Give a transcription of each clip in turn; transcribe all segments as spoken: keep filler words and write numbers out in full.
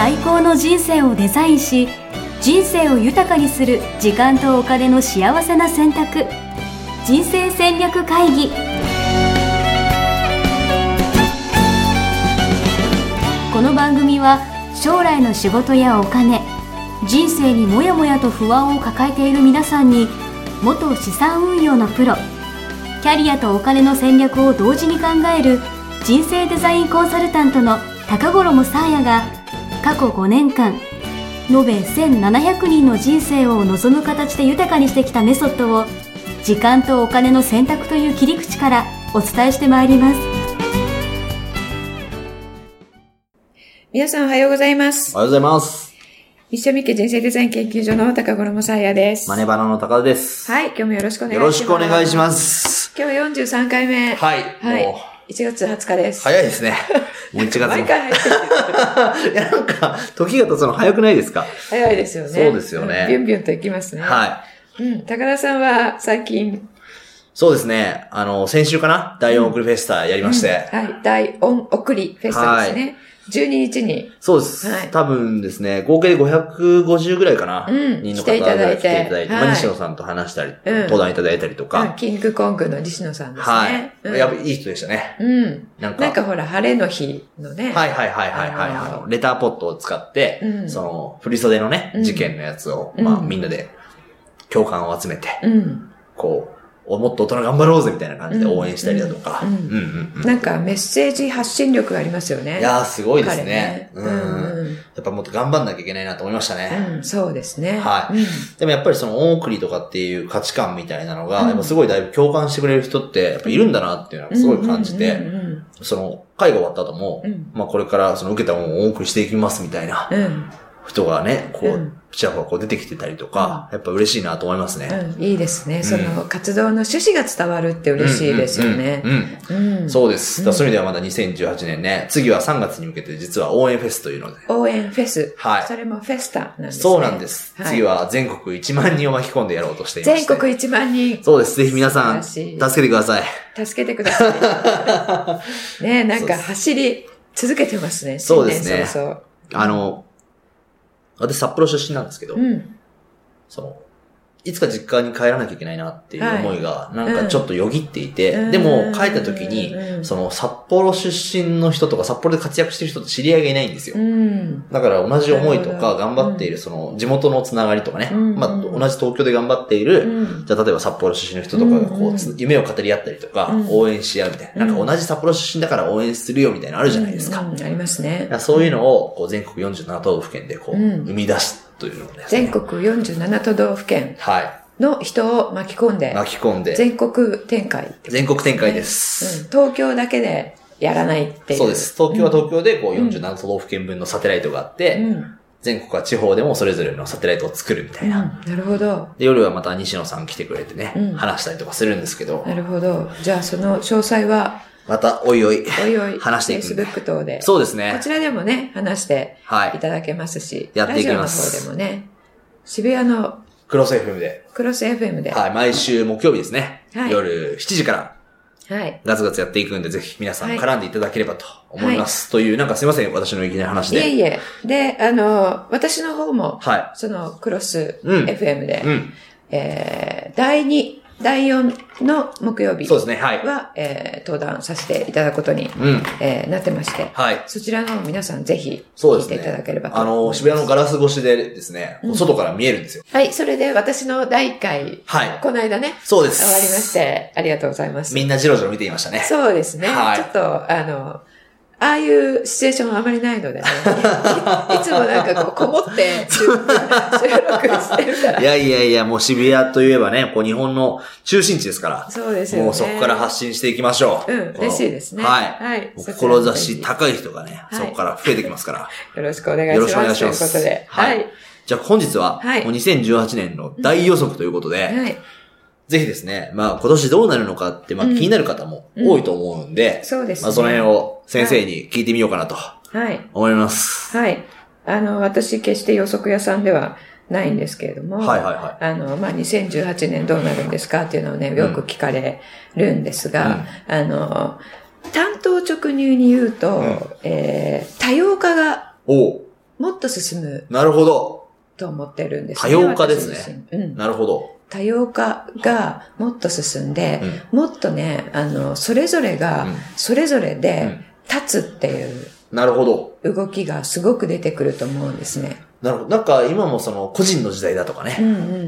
最高の人生をデザインし、人生を豊かにする時間とお金の幸せな選択。人生戦略会議。この番組は将来の仕事やお金、人生にもやもやと不安を抱えている皆さんに、元資産運用のプロ、キャリアとお金の戦略を同時に考える人生デザインコンサルタントの高頃もさあやが、過去ごねんかん延べせんななひゃくにんの人生を望む形で豊かにしてきたメソッドを、時間とお金の選択という切り口からお伝えしてまいります。 皆さんおはようございます。 おはようございます。 一緒み家人生デザイン研究所の高頃もさあやです。 マネバナの高田です。 はい、今日もよろしくお願いします。 よろしくお願いします。 今日よんじゅうさんかいめ。 はい。 はい。いちがつはつかです。 早いですね。もういちがつも。 毎回入ってる。 いや、なんか、時が経つの早くないですか？ 早いですよね。 そうですよね。 ビュンビュンといきますね。 はい。 うん。高田さんは最近。 そうですね。あの、先週かな大音送りフェスタやりまして。 うんうん、はい。大音送りフェスタですね。はい、じゅうににちに。 そうです。はい、多分ですね、合計でごひゃくごじゅうぐらいかな。 うん。 人の方が来ていただいて。来ていただいて。はい、まあ、西野さんと話したり、うん、登壇いただいたりとか。 うん、キングコングの西野さんですね。 はい。うん、やっぱいい人でしたね。 うん。なんか、なんかほら、晴れの日のね。 はいはいはいはいはい。あの、レターポットを使って、うん、その、振袖のね、事件のやつを、うん、まあ、みんなで共感を集めて、うん、こう、もっと大人頑張ろうぜみたいな感じで応援したりだとか。 なんかメッセージ発信力がありますよね。 いやーすごいですね。 ねうんうん、 やっぱもっと頑張んなきゃいけないなと思いましたね。 うん、そうですね。 はい、うん。でもやっぱりその大送りとかっていう価値観みたいなのが、やっぱすごいだいぶ共感してくれる人ってやっぱいるんだなっていうのがすごい感じて、その会が終わった後も、うん、まあこれからその受けたものをお送りしていきますみたいな。うん人がね、こう、うん、ちらほらこう出てきてたりとか、うん、やっぱ嬉しいなと思いますね。 うん、いいですね。その活動の趣旨が伝わるって嬉しいですよね。 そうです。うん、そういう意味ではまだにせんじゅうはちねんね、次はさんがつに向けて実は応援フェスというので。 応援フェス。 はい。 それもフェスタなんですね。 そうなんです。はい、次は全国いちまんにんを巻き込んでやろうとしていまして。 全国いちまんにん。 そうです。ぜひ皆さん、助けてください。助けてください。ねなんか走り続けてますね。 そうですね。 そうそう。 あの、私札幌出身なんですけど、うん、その、いつか実家に帰らなきゃいけないなっていう思いが、なんかちょっとよぎっていて、はいうん、でも帰った時に、うん、その札幌出身の人とか札幌で活躍してる人と知り合いがいないんですよ。うん、だから同じ思いとか頑張っているその地元のつながりとかね、うん、まあ同じ東京で頑張っている、うん、じゃあ例えば札幌出身の人とかがこう、夢を語り合ったりとか、うん、応援し合うみたいな、なんか同じ札幌出身だから応援するよみたいなのあるじゃないですか。 うんうん、ありますね。 そういうのをこう全国よんじゅうななとどふけんでこう、生み出すというのですね。 全国よんじゅうななとどふけん。はい。の人を巻き込んで。 巻き込んで。 全国展開、ね。 全国展開です、 うん。東京だけでやらないっていう。 そうです。東京は東京でこうよんじゅうななとどふけんぶんのサテライトがあって、うん、全国は地方でもそれぞれのサテライトを作るみたいな。 うん、なるほど。 で、夜はまた西野さん来てくれてね、うん、話したりとかするんですけど。 なるほど。じゃあその詳細は、 また、おいおい。 おいおい。 話していくんで。 Facebook 等で。 そうですね。 こちらでもね、話していただけますし。 はい、やっていきます。 ラジオの方でもね、渋谷のクロス エフエム で。 クロス エフエム で。 はい、毎週木曜日ですね。はい、夜しちじから。 はい。 ガツガツやっていくんで、ぜひ皆さん絡んでいただければと思います。はい、という、なんかすいません、私のいきなり話で。 いえいえ。で、あの、私の方も、はい。そのクロス エフエム で、うんうん、えー、だいに、だいよんの木曜日は、 そうですね、はい。 えー、登壇させていただくことに、うんえー、なってまして、はい。そちらの皆さんぜひ、聞いていただければと思います。 あの、渋谷のガラス越しでですね、うん、外から見えるんですよ。 はい、それで私のだいいっかい、はい。この間ね、 そうです。 終わりまして、ありがとうございます。 みんなじろじろ見ていましたね。 そうですね。はい。ちょっと、あの、ああいうシチュエーションはあまりないのでね。い, いつもなんかこう、こもって収録してるから。 いやいやいや、もう渋谷といえばね、こう日本の中心地ですから。 そうですよね。 もうそこから発信していきましょう。 うん、嬉しいですね。 はい。はい。志高い人がね、はい、そこから増えてきますから。 よろしくお願いします。よろしくお願いします。ということで。 はい。はい、じゃあ本日は、はい、もうにせんじゅうはちねんの大予測ということで、うん、はい。ぜひですね、まあ今年どうなるのかって、まあ気になる方も多いと思うんで、うんうん、そうですね。まあその辺を先生に聞いてみようかなと。はい。思います。 はい。あの、私決して予測屋さんではないんですけれども、はいはいはい。あの、まあにせんじゅうはちねんどうなるんですかっていうのをね、よく聞かれるんですが、うん、あの、単刀直入に言うと、うん、えー、多様化が、 もっと進む。 なるほど。 と思ってるんですね。多様化ですね。うん。なるほど。 多様化がもっと進んで、うん、もっとね、あの、それぞれが、それぞれで立つっていう。 なるほど。 動きがすごく出てくると思うんですね。 なるほど。なんか今もその個人の時代だとかね、うんうん、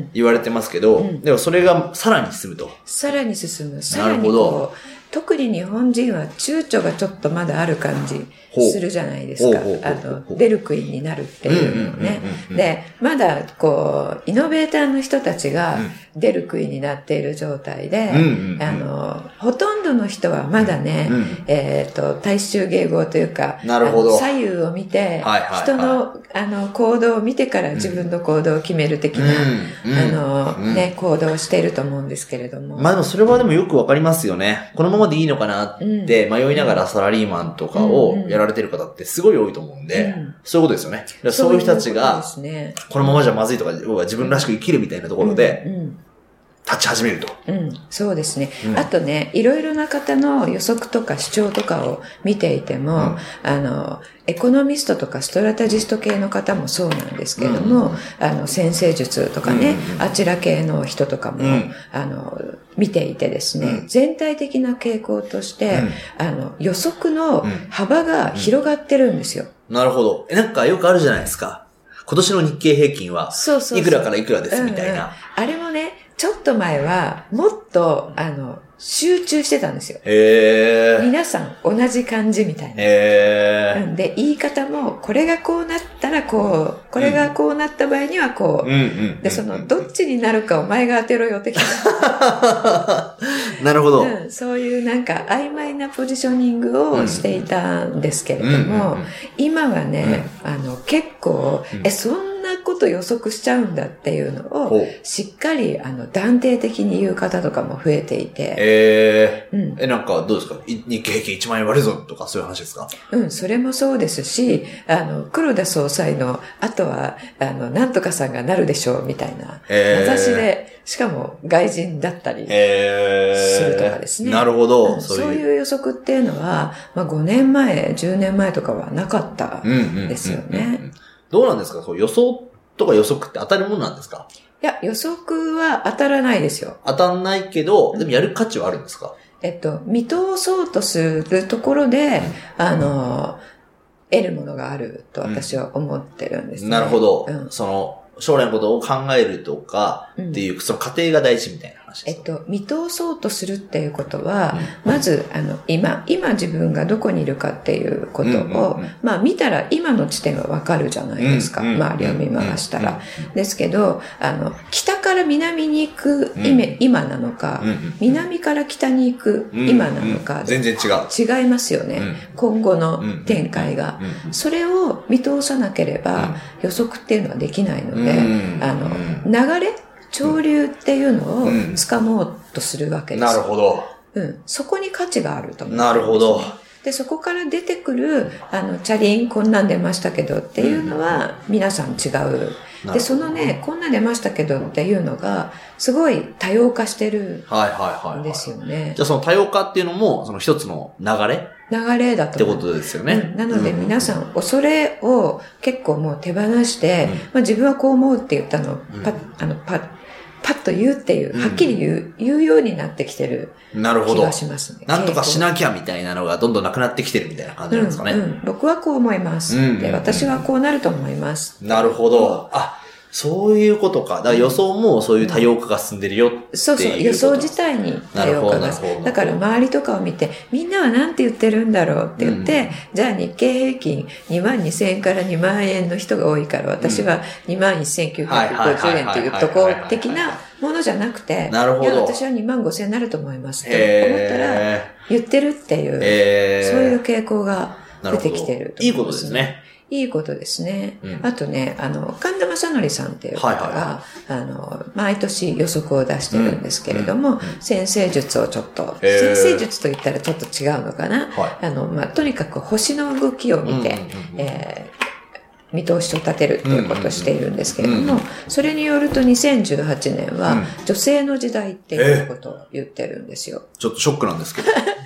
言われてますけど、うん、でもそれがさらに進むと。 さらに進む。さらにこう、特に日本人は躊躇がちょっとまだある感じするじゃないですか。あの、出る杭になるっていうのね。で、まだこう、イノベーターの人たちが出る杭になっている状態で、あの、ほとんどの人はまだね、うんうん、えっ、ー、と、大衆迎合というか、 なるほど。 左右を見て、はいはいはい、人のあの行動を見てから自分の行動を決める的な、うん、あの、うん、ね、行動をしていると思うんですけれども。 まあでもそれはでもよくわかりますよね。このままでいいのかなって迷いながらサラリーマンとかをやられてる方ってすごい多いと思うんで、うん、そういうことですよね。そういう人たちが、このままじゃまずいとか、自分らしく生きるみたいなところで、うんうん立ち始めると。 うん、そうですね、うん。あとね、いろいろな方の予測とか主張とかを見ていても、うん、あの、エコノミストとかストラテジスト系の方もそうなんですけれども、うん、あの、先生術とかね、うん、あちら系の人とかも、うん、あの、見ていてですね、うん、全体的な傾向として、うん、あの、予測の幅が広がってるんですよ。 うん、なるほど。え、なんかよくあるじゃないですか。今年の日経平均は、そうそうそういくらからいくらですみたいな、うんうん。 あれもね、ちょっと前は、もっと、あの、集中してたんですよ。 へー。 皆さん同じ感じみたいな。 へー。 なんで、言い方も、これがこうなったらこう、これがこうなった場合にはこう。うん、で、その、どっちになるかお前が当てろよ的な。 なるほど、 うん。そういうなんか曖昧なポジショニングをしていたんですけれども、今はね、うん、あの、結構、うん、え、そんなこと予測しちゃうんだっていうのを、しっかり、あの、断定的に言う方とかも増えていて。 えー、うん、え、なんかどうですか日経平均いちまんえん割るぞとかそういう話ですか？ うん、それもそうですし、あの、黒田総裁の、あとは、あの、なんとかさんがなるでしょうみたいな、名指しで、しかも外人だったりするとかですね。 えー、なるほど、 うんそういう。そういう予測っていうのは、まあごねんまえ、じゅうねんまえとかはなかったですよね。 どうなんですかそう予想とか予測って当たるものなんですか？ いや、予測は当たらないですよ。 当たんないけど、でもやる価値はあるんですか？ えっと、見通そうとするところで、うん、あの、得るものがあると私は思ってるんですね。 うん、なるほど。うん、その、将来のことを考えるとかっていう、うん、その過程が大事みたいな話ですか？ えっと、見通そうとするっていうことは、うん、まず、あの、今、今自分がどこにいるかっていうことを、うんうんうん、まあ見たら今の地点はわかるじゃないですか。うんうん、周りを見回したら。うんうん、ですけど、あの、北から南に行く今、うん、今なのか、うんうん、南から北に行く今なのか、 うんうん、全然違う。違いますよね。うん、今後の展開が、うんうんうん。それを見通さなければ予測っていうのはできないので、うん、あの、流れ潮流っていうのを掴もうとするわけです。 なるほど。 うん。そこに価値があると思う、 ね。なるほど。 で、そこから出てくる、あの、チャリンこんなん出ましたけどっていうのは、皆さん違う。で、そのね、こんなん出ましたけどっていうのが、すごい多様化してるんですよね。はいはいはいはい。 じゃあその多様化っていうのも、その一つの流れ流れだとってことですよね。 うん、なので皆さん、恐れを結構もう手放して、うんまあ、自分はこう思うって言ったのをパッ、うん、あの、パッ、パッと言うっていう、はっきり言う、うん、言うようになってきてる気がしますね。 なんとかしなきゃみたいなのがどんどんなくなってきてるみたいな感じなんですかね。うんうん、 僕はこう思います、うんうんうん。で、私はこうなると思います。 なるほど。あ、そういうことか。だから予想もそういう多様化が進んでるよっていう、うん。そうそう。 予想自体に多様化が。だから周りとかを見て、みんなはなんて言ってるんだろうって言って、うん、じゃあ日経平均にまんにせんえんからにまんえんの人が多いから、私はにまんせんきゅうひゃくごじゅうえんっていうところ的なものじゃなくて、 なるほど。いや、 私はにまんごせんえんになると思いますって思ったら、言ってるっていう、そういう傾向が出てきてると思います、ね。 いいことですね。 いいことですね。うん、あとね、あの、神田正則さんっていう方が、はいはいはい、あの、毎年予測を出してるんですけれども、うんうん、先生術をちょっと、先生術と言ったらちょっと違うのかな。はい、あの、まあ、とにかく星の動きを見て、うんうんうんうんえー見通しを立てるっていうことをしているんですけれども、うんうんうん、それによるとにせんじゅうはちねんは女性の時代っていうことを言ってるんですよ。 ちょっとショックなんですけど。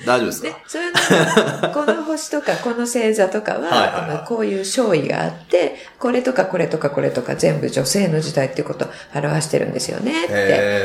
大丈夫ですか？ ね、それはこの星とかこの星座とかは、はいはいはい、こういう勝意があって、これとかこれとかこれとか全部女性の時代っていうことを表してるんですよねって、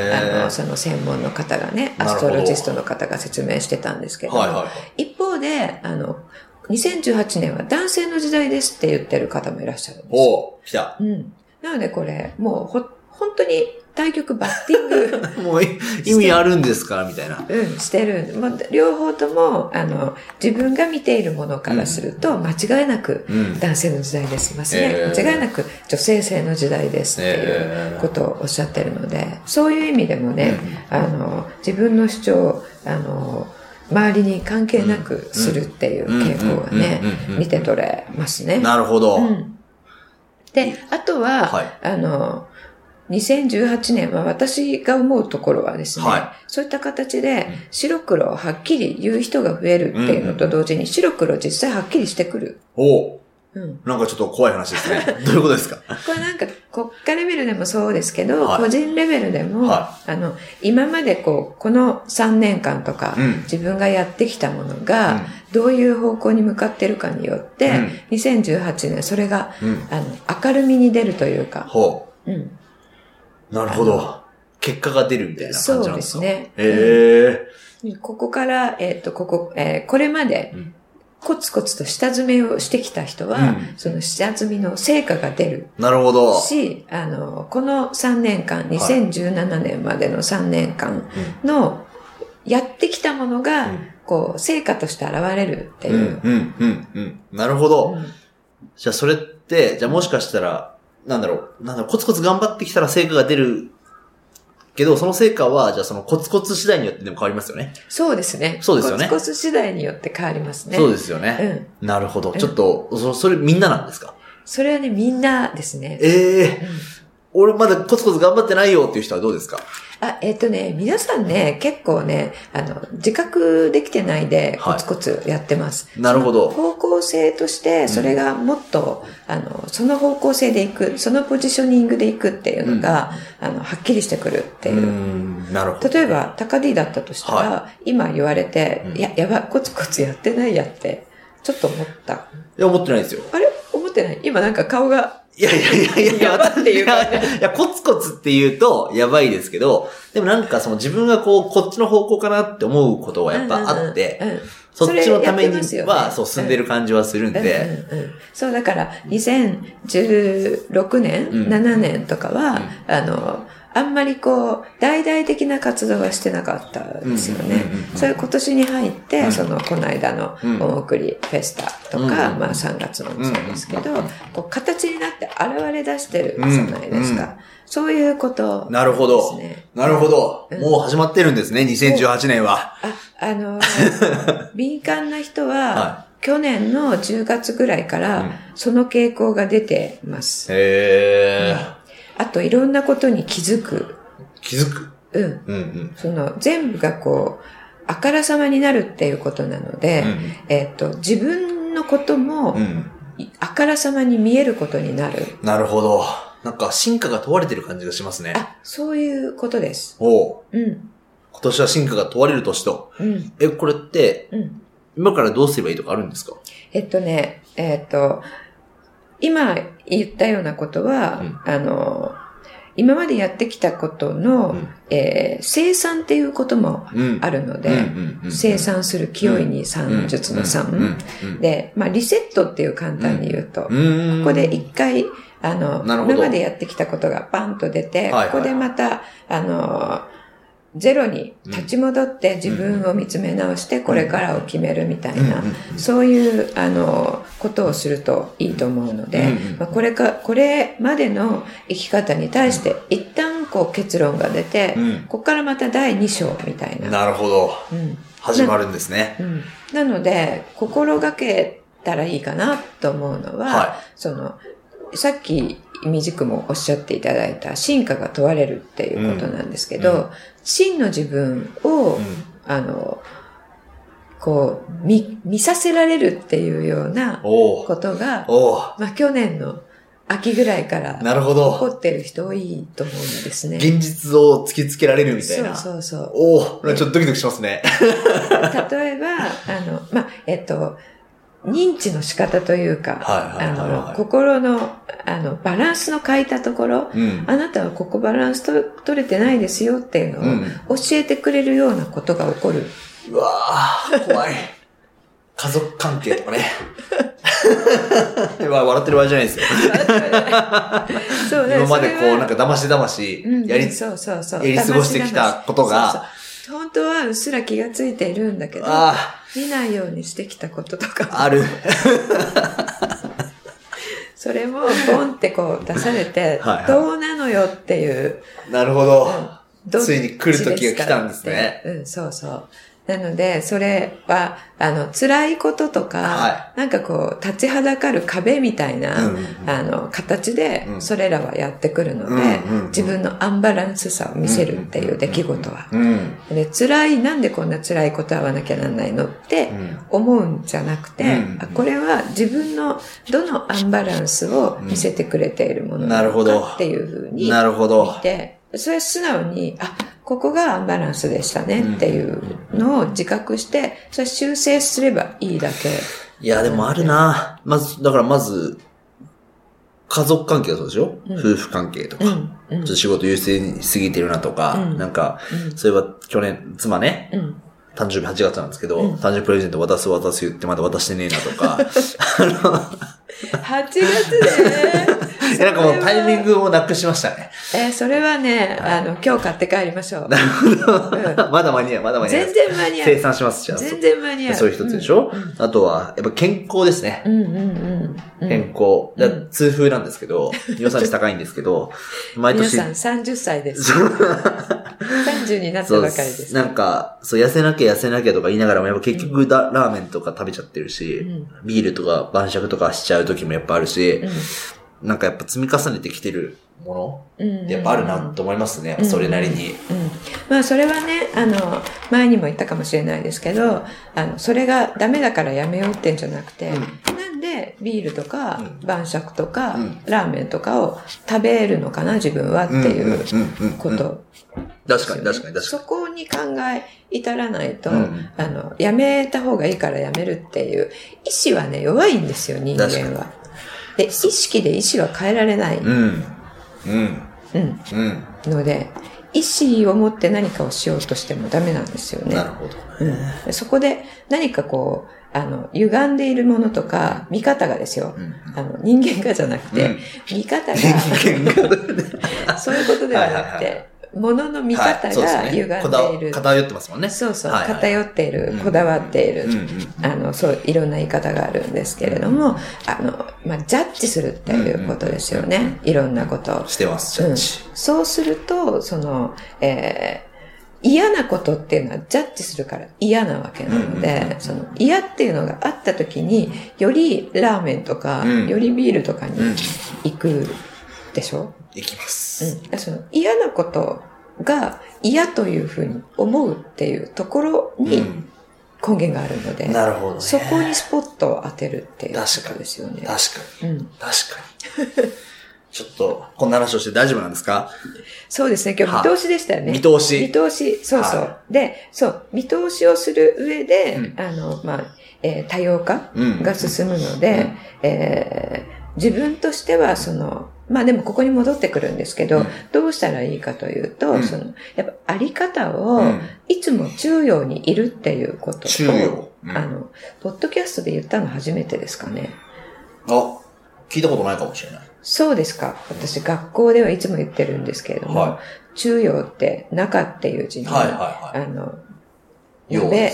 あの、その専門の方がね、アストロジストの方が説明してたんですけども、はいはいはい、一方で、あの、にせんじゅうはちねんは男性の時代ですって言ってる方もいらっしゃるんですよ。 おー、来た。 うん。なのでこれ、もうほ、本当に対局バッティング。 もう意味あるんですかみたいな。 うん、してる。もう両方とも、あの、自分が見ているものからすると、間違いなく男性の時代ですますね、うん。間違いなく女性性の時代ですっていうことをおっしゃってるので、そういう意味でもね、うん、あの、自分の主張、あの、周りに関係なくするっていう傾向がね、見て取れますね。 なるほど。うん、 で、あとは、はい、あの、にせんじゅうはちねんは私が思うところはですね、はい、そういった形で白黒をはっきり言う人が増えるっていうのと同時に白黒実際はっきりしてくる。 おうん、なんかちょっと怖い話ですね。どういうことですか？ これなんか国家レベルでもそうですけど、はい、個人レベルでも、はい、あの、今までこう、このさんねんかんとか、うん、自分がやってきたものが、どういう方向に向かっているかによって、うん、にせんじゅうはちねんそれが、うん、あの、明るみに出るというか、 ほう。うん。なるほど。結果が出るみたいな感じなんですか？ そうですね。 へー。うん、ここから、えっと、ここ、えー、これまで、うんコツコツと下積みをしてきた人は、うん、その下積みの成果が出る。 なるほど。 し、あの、このさんねんかん、にせんじゅうななねんまでのさんねんかんの、やってきたものが、うん、こう、成果として現れるっていう。 うん、うん、うん、うん。なるほど。うん、じゃあそれって、じゃあもしかしたら、なんだろう、なんだろう、コツコツ頑張ってきたら成果が出る。けど、その成果は、じゃあそのコツコツ次第によってでも変わりますよね。 そうですね。 そうですよね。 コツコツ次第によって変わりますね。 そうですよね。うん。なるほど。ちょっと、うん、そ、それみんななんですか？ それはね、みんなですね。 ええーうん、俺まだコツコツ頑張ってないよっていう人はどうですか？ あ、えっとね、皆さんね、結構ね、あの、自覚できてないで、コツコツやってます。 はい、なるほど。 方向性として、それがもっと、うん、あの、その方向性でいく、そのポジショニングでいくっていうのが、うん、あの、はっきりしてくるっていう。 うんなるほど。 例えば、高 D だったとしたら、はい、今言われて、うん、いや、やばい、コツコツやってないやって、ちょっと思った。いや、思ってないですよ。 あれ思ってない？今なんか顔が、 いやいやいやいや、やばっていうか、いや、コツコツって言うと、やばいですけど、でもなんかその自分がこう、こっちの方向かなって思うことはやっぱあって、うんうんうん、そっちのためには、そう、進んでる感じはするんで。 うんうんうん、そう、だから、にせんじゅうろくねん、うん、ななねんとかは、うん、あの、あんまりこう、大々的な活動はしてなかったですよね。それ今年に入って、うん、その、この間の、大送りフェスタとか、うん、まあさんがつのもそうですけど、うん、こう形になって現れ出してるじゃないですか。うんうん、そういうことですね。 なるほど。なるほど。うん、もう始まってるんですね、にせんじゅうはちねんは。 あ、あの、敏感な人は、はい、去年のじゅうがつぐらいから、その傾向が出てます。 へー。 うんあといろんなことに気づく。 気づくうん。うんうん。その全部がこう、あからさまになるっていうことなので、うん、えっと、自分のことも、うん、あからさまに見えることになる。 なるほど。なんか進化が問われてる感じがしますね。 あ、そういうことです。 おう。うん。今年は進化が問われる年と。うん。え、これって、うん、今からどうすればいいとかあるんですか？ えっとね、えっと、今言ったようなことは、うん、あの、今までやってきたことの、うんえー、生産っていうこともあるので、生産する清いに算術の算で、まあリセットっていう簡単に言うと、うんここで一回、あの、今までやってきたことがパンと出て、はいはい、ここでまた、あの、ゼロに立ち戻って自分を見つめ直してこれからを決めるみたいな、そういう、あの、ことをするといいと思うので、まあ、これか、これまでの生き方に対して一旦こう結論が出て、ここからまただいに章みたいな。 なるほど。うん、始まるんですね。 な、うん、なので、心がけたらいいかなと思うのは、はい、その、さっき、みじくもおっしゃっていただいた進化が問われるっていうことなんですけど、うんうん、真の自分を、うん、あの、こう、見、見させられるっていうようなことが、まあ去年の秋ぐらいから。 なるほど。 怒ってる人多いと思うんですね。 現実を突きつけられるみたいな。 そうそうそう。 おお、ちょっとドキドキしますね。 例えば、あの、まあ、えっと、認知の仕方というか、あの、心の、あの、バランスの欠いたところ、うん、あなたはここバランスと取れてないですよっていうのを教えてくれるようなことが起こる。 うん、うわー、怖い。家族関係とかね。笑ってる場合じゃないですよ。そうね、今までこう、なんか騙し騙し、やり、そうそうそう。やり過ごしてきたことが、そうそう本当はうっすら気がついているんだけど、見ないようにしてきたこととか。 ある。 それも、ボンってこう出されて、はいはい、どうなのよっていう。 なるほど。うん、ついに来る時が来たんですね。 うん、そうそう。なので、それは、あの、辛いこととか、はい、なんかこう、立ちはだかる壁みたいな、うんうん、あの、形で、それらはやってくるので、うんうんうん、自分のアンバランスさを見せるっていう出来事は。うんうんうん、で辛い、なんでこんな辛いこと会わなきゃなんないのって思うんじゃなくて、うんうん、これは自分のどのアンバランスを見せてくれているものなのかっていうふうに見て、それは素直に、あ、ここがアンバランスでしたねっていうのを自覚して、それ修正すればいいだけ。 いや、でもあるな。まず、だからまず、家族関係はそうでしょ、うん、夫婦関係とか、うんうん、ちょっと仕事優先しすぎてるなとか、うん、なんか、うん、そういえば去年、妻ね、うん、誕生日はちがつなんですけど、うん、誕生日プレゼント渡す渡す言ってまだ渡してねえなとか、あの、 はちがつでなんかもうタイミングをなくしましたね。 えー、それはね、はい、あの、今日買って帰りましょう。 なるほど。うん、まだ間に合う、まだ間に合う。 全然間に合う。 生産しますじゃん。 全然間に合う。 そういう一つでしょ、うん、あとは、やっぱ健康ですね。 うんうんうん、 健康。だ痛風なんですけど、予算値高いんですけど、 毎年。皆さんさんじゅっさいです。さんじゅうになったばかりです。 なんか、そう、痩せなきゃ痩せなきゃとか言いながらも、やっぱ結局だ、うん、ラーメンとか食べちゃってるし、うん、ビールとか晩酌とかしちゃう時もやっぱあるし、うんなんかやっぱ積み重ねてきてるものってやっぱあるなと思いますね。うん、それなりに、 うんうん。まあそれはね、あの、前にも言ったかもしれないですけど、あの、それがダメだからやめようってんじゃなくて、うん、なんでビールとか晩酌とか、うん、ラーメンとかを食べるのかな自分はっていうこと。 確かに確かに確かに。 そこに考え至らないと、うん、あの、やめた方がいいからやめるっていう意志はね、弱いんですよ、人間は。で、意識で意志は変えられない。うん。うん。うん。うん。ので、意志を持って何かをしようとしてもダメなんですよね。 なるほど。 うん。そこで何かこう、あの、歪んでいるものとか、見方がですよ。うん、あの、人間がじゃなくて、うん、見方が、そういうことではなくて、はいはいはい物の見方が歪んでいる。 はいね、偏ってますもんね。 そうそう。はいはい、偏っている、うん、こだわっている、うんうん、あの、そう、いろんな言い方があるんですけれども、うん、あの、まあ、ジャッジするっていうことですよね。うん、いろんなことを。 してます、ジャッジ。 うん、そうすると、その、えー、嫌なことっていうのはジャッジするから嫌なわけなので、うんうん、その嫌っていうのがあった時に、よりラーメンとか、うん、よりビールとかに行くでしょ、 いきます。 うん。その嫌なことが嫌というふうに思うっていうところに根源があるので、うん、 なるほどね。 そこにスポットを当てるっていうことですよね。 確かに。うん、確かに。ちょっと、こんな話をして大丈夫なんですか？ そうですね。今日見通しでしたよね。 見通し。 見通し。そうそう。はい、で、そう、見通しをする上で、うん、あの、まあ、えー、多様化が進むので、うんうん、えー、自分としては、その、まあでもここに戻ってくるんですけど、うん、どうしたらいいかというと、うん、その、やっぱあり方を、いつも中央にいるっていうことを、 中央、 うん、あの、ポッドキャストで言ったの初めてですかね。 あ、聞いたことないかもしれない。 そうですか。私学校ではいつも言ってるんですけれども、はい、中央って中っていう字に、はいはいはい、あの、 要べ、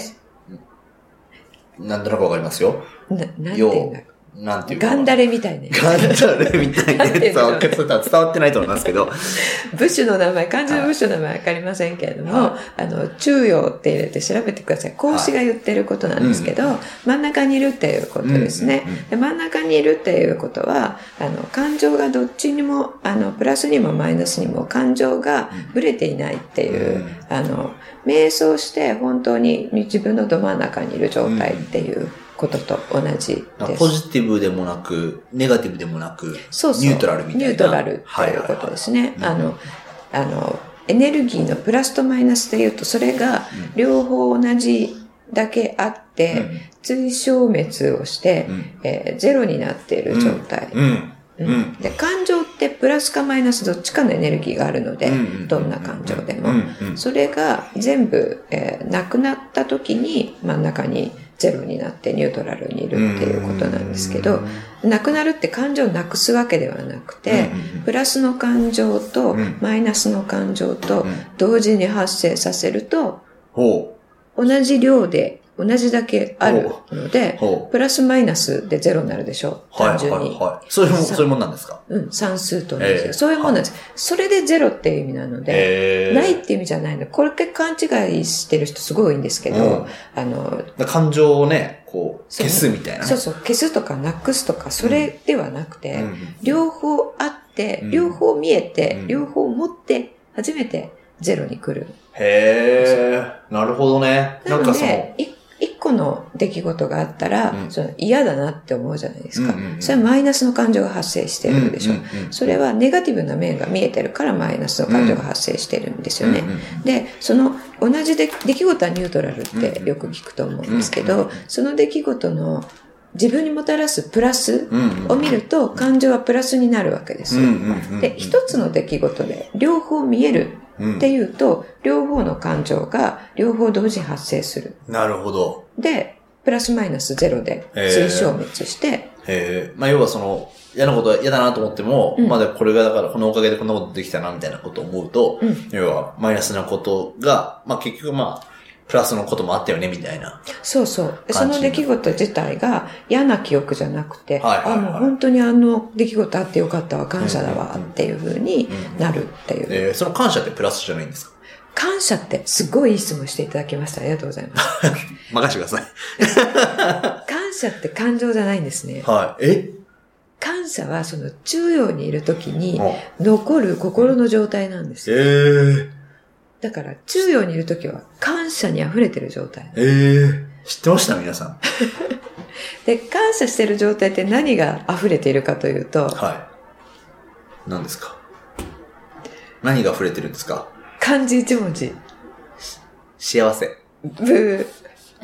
なんとなくわかりますよ。 な、なんていうんだなんていうか。 ガンダレみたいね。 ガンダレみたいなやつは伝わってないと思いますけど。 部首の名前、漢字の部首の名前わかりませんけれども、はい、あの、中央って入れて調べてください。孔子が言ってることなんですけど、はい、真ん中にいるっていうことですね、うんうんうん。で真ん中にいるっていうことは、あの、感情がどっちにも、あの、プラスにもマイナスにも感情がぶれていないっていう、うん、あの、瞑想して本当に自分のど真ん中にいる状態っていう、 ことと同じです。 ポジティブでもなく、ネガティブでもなく、そうそうニュートラルみたいな。 ニュートラルっていうことですね。あの、あの、エネルギーのプラスとマイナスで言うと、それが両方同じだけあって、うん、追消滅をして、うんえー、ゼロになっている状態。うんうんうん、で感情ってプラスかマイナスどっちかのエネルギーがあるので、うん、どんな感情でも、うんうん、それが全部、えー、なくなった時に真ん中にゼロになってニュートラルにいるっていうことなんですけど、なくなるって感情をなくすわけではなくて、プラスの感情とマイナスの感情と同時に発生させると、同じ量で同じだけあるので、プラスマイナスでゼロになるでしょう。単純に。はいはいはい、そういうもん、 そういうもんなんですか？ うん、算数と同じ、えー。そういうもんなんです。それでゼロっていう意味なので、えー、ないっていう意味じゃないの。これ勘違いしてる人すごい多いんですけど、うん、あの、 感情をね、こう、消すみたいな、ね。 そうそう、消すとかなくすとか、それではなくて、うん、両方あって、両方見えて、うん、両方持って、初めてゼロに来る。 へー、なるほどね。 なんかその、一個の出来事があったら、うん、その嫌だなって思うじゃないですか、うんうんうん。それはマイナスの感情が発生してるでしょ、うんうんうん。それはネガティブな面が見えてるからマイナスの感情が発生してるんですよね。うんうんうん、で、その同じ出来事はニュートラルってよく聞くと思うんですけど、うんうんうん、その出来事の自分にもたらすプラスを見ると感情はプラスになるわけですよ。で、一つの出来事で両方見えるっていうと、うん、両方の感情が両方同時に発生する。 なるほど。 で、プラスマイナスゼロで追消滅して。へえ。まあ要はその、嫌なことは嫌だなと思っても、うん、まだこれがだからこのおかげでこんなことできたなみたいなことを思うと、うん、要はマイナスなことが、まあ結局まあ、プラスのこともあったよねみたいな。 そうそう。その出来事自体が嫌な記憶じゃなくて、はいはいはい、あ、もう本当にあの出来事あってよかったわ、感謝だわっていう風になるっていう。 うんうんうん、えー、その感謝ってプラスじゃないんですか？ 感謝ってすごいいい質問していただきました。ありがとうございます。 任してください。感謝って感情じゃないんですね。 はい。え？ 感謝はその中央にいるときに残る心の状態なんですよ。えーだから、中央にいるときは感謝に溢れてる状態。 ええー、知ってました皆さん。 で、感謝してる状態って何が溢れているかというと。 はい。何ですか？何が溢れてるんですか？ 漢字一文字。 幸せ。 ブー。うん。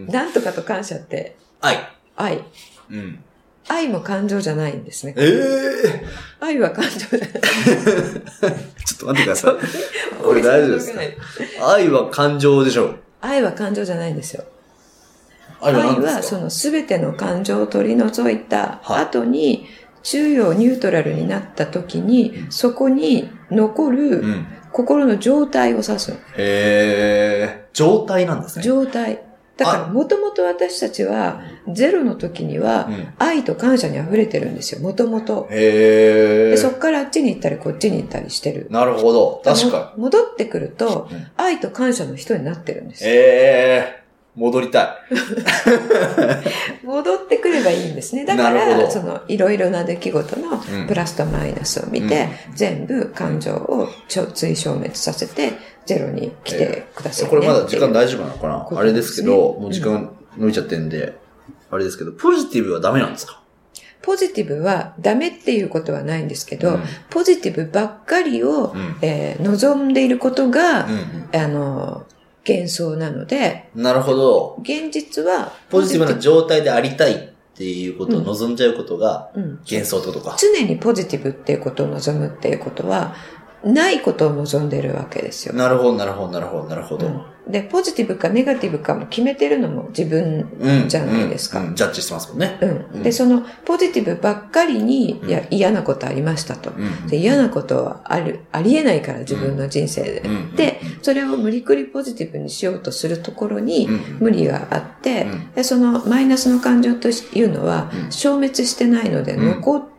なんとかと感謝って。 愛。 愛。うん。愛も感情じゃないんですね。 ええー、 愛は感情じゃない。ちょっと待ってください。これ大丈夫ですか？愛は感情でしょう。 愛は感情じゃないんですよ。愛は何ですか？愛はその全ての感情を取り除いた後に、はい、中央ニュートラルになった時に、うん、そこに残る心の状態を指す。 へー。状態なんですね。 状態。だから、もともと私たちは、ゼロの時には、愛と感謝に溢れてるんですよ、もともと。へー。で、そっからあっちに行ったり、こっちに行ったりしてる。 なるほど。確かに。戻ってくると、うん、愛と感謝の人になってるんですよ。 へー。戻りたい。戻ってくればいいんですね。だから、その、いろいろな出来事のプラスとマイナスを見て、うん、全部感情を追消滅させて、ゼロに来てくださいね。 これまだ時間大丈夫なのかな、ね、あれですけど、もう時間伸びちゃってんで、うん、あれですけど、ポジティブはダメなんですか？ ポジティブはダメっていうことはないんですけど、うん、ポジティブばっかりを、うんえー、望んでいることが、うん、あの、幻想なので、 なるほど。 現実はポジティブな状態でありたいっていうことを望んじゃうことが幻想ってことか、 うんうん。常にポジティブっていうことを望むっていうことは、ないことを望んでるわけですよ。 なるほど、なるほど、なるほど、なるほど、うん。 で、ポジティブかネガティブかも決めてるのも自分じゃないですか。 うんうんうん、ジャッジしてますもんね。 うん。で、そのポジティブばっかりに、いや、嫌なことありましたと。うん、で嫌なことはある、ありえないから自分の人生で、うん。で、それを無理くりポジティブにしようとするところに無理があって、うん、でそのマイナスの感情というのは消滅してないので残って、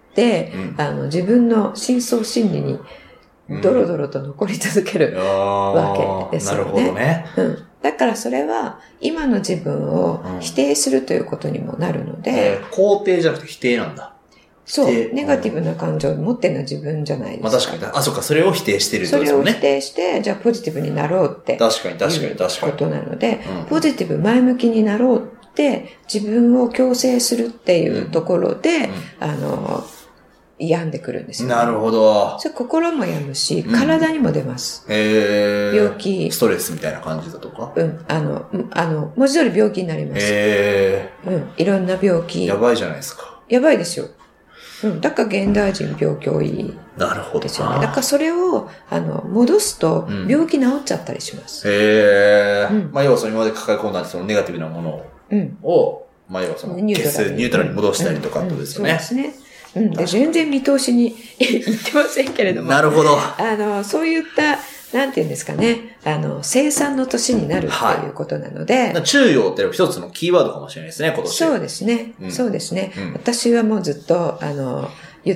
うん、あの自分の深層心理にドロドロと残り続けるわけですよね。なるほどね。うん。だからそれは今の自分を否定するということにもなるので。 うん、肯定じゃなくて否定なんだ。 そう。ネガティブな感情を持ってるのは自分じゃないですか。 まあ確かに。あ、そっか。それを否定してるってことですよね。 それを否定して、じゃあポジティブになろうって。 確かに確かに確かに。 ことなので、うん、ポジティブ前向きになろうっって自分を矯正するっていうところで、うんうん、あの、病んでくるんですよ、ね。 なるほど。 それ心も病むし、体にも出ます。 うん、へー。 病気。 ストレスみたいな感じだとかうん。あの、あの、文字通り病気になります。 へー。うん。いろんな病気。 やばいじゃないですか。 やばいですよ。うん。だから現代人病気多い。 なるほど。 ですよね。だからそれを、あの、戻すと、病気治っちゃったりします。 うん、へー。うん、まあ、要はその今まで抱え込んだそのネガティブなものを、うん、まあ、要はその、ニュートラルに、ニュートラルに戻したりとかってことですよね。 うんうん、そうですね。うん、で全然見通しに言ってませんけれども。 なるほど。 あの、そういった、なんていうんですかね、あの、生産の年になるっていうことなので。 はい、中庸って一つのキーワードかもしれないですね、今年。 そうですね。うん、そうですね、うん。私はもうずっと、あの、言って、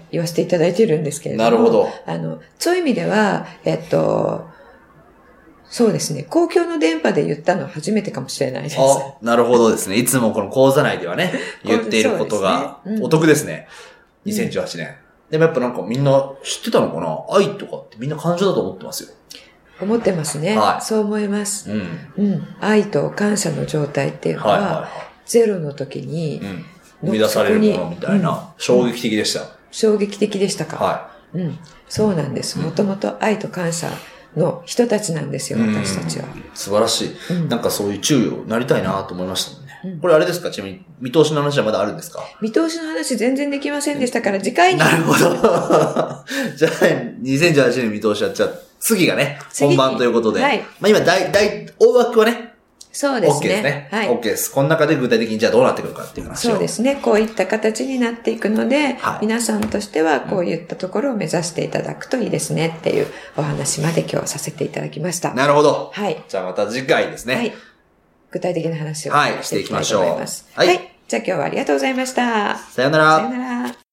言わせていただいてるんですけれども。 なるほど。 あの、そういう意味では、えっと、そうですね。公共の電波で言ったのは初めてかもしれないです。 あ、なるほどですね。いつもこの講座内ではね、言っていることがお得ですね。うん、にせんじゅうはちねん、うん。でもやっぱなんかみんな知ってたのかな？愛とかってみんな感情だと思ってますよ。 思ってますね。はい。そう思います。うん。うん。愛と感謝の状態っていうのは、はいはいはい、ゼロの時に、うん、 生み出されるものみたいな、うん、衝撃的でした、うん。 衝撃的でしたか。 はい。 うん。そうなんです。もともと愛と感謝の人たちなんですよ、私たちは。 素晴らしい。うん、なんかそういう注意をなりたいなと思いましたもんね。うん、これあれですか？ちなみに見通しの話はまだあるんですか？ 見通しの話全然できませんでしたから、次回に。 なるほど。じゃあ、にせんじゅうはちねんの見通しは、じゃあ次がね、本番ということで。はい。まあ今、大、大、大枠はね、 そうですね。 OK ですね。はい。OK です。この中で具体的にじゃあどうなってくるかっていう話を。 そうですね。こういった形になっていくので、はい、皆さんとしてはこういったところを目指していただくといいですねっていうお話まで今日させていただきました。 なるほど。 はい。 じゃあまた次回ですね。はい。 具体的な話をしていきましょう。はい。はい。 はい。じゃあ今日はありがとうございました。 さよなら。 さよなら。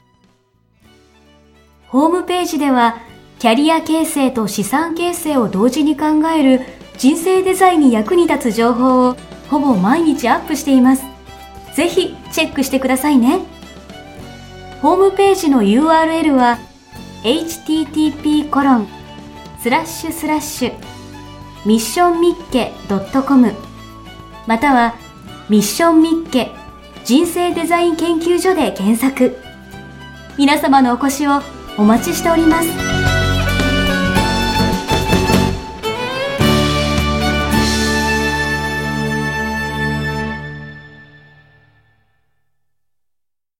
ホームページでは、キャリア形成と資産形成を同時に考える人生デザインに役に立つ情報をほぼ毎日アップしています。ぜひチェックしてくださいね。ホームページの ユーアールエル は エイチティーティーピーコロンスラッシュスラッシュミッションミッケドットコム またはミッションミッケ人生デザイン研究所で検索。皆様のお越しをお待ちしております。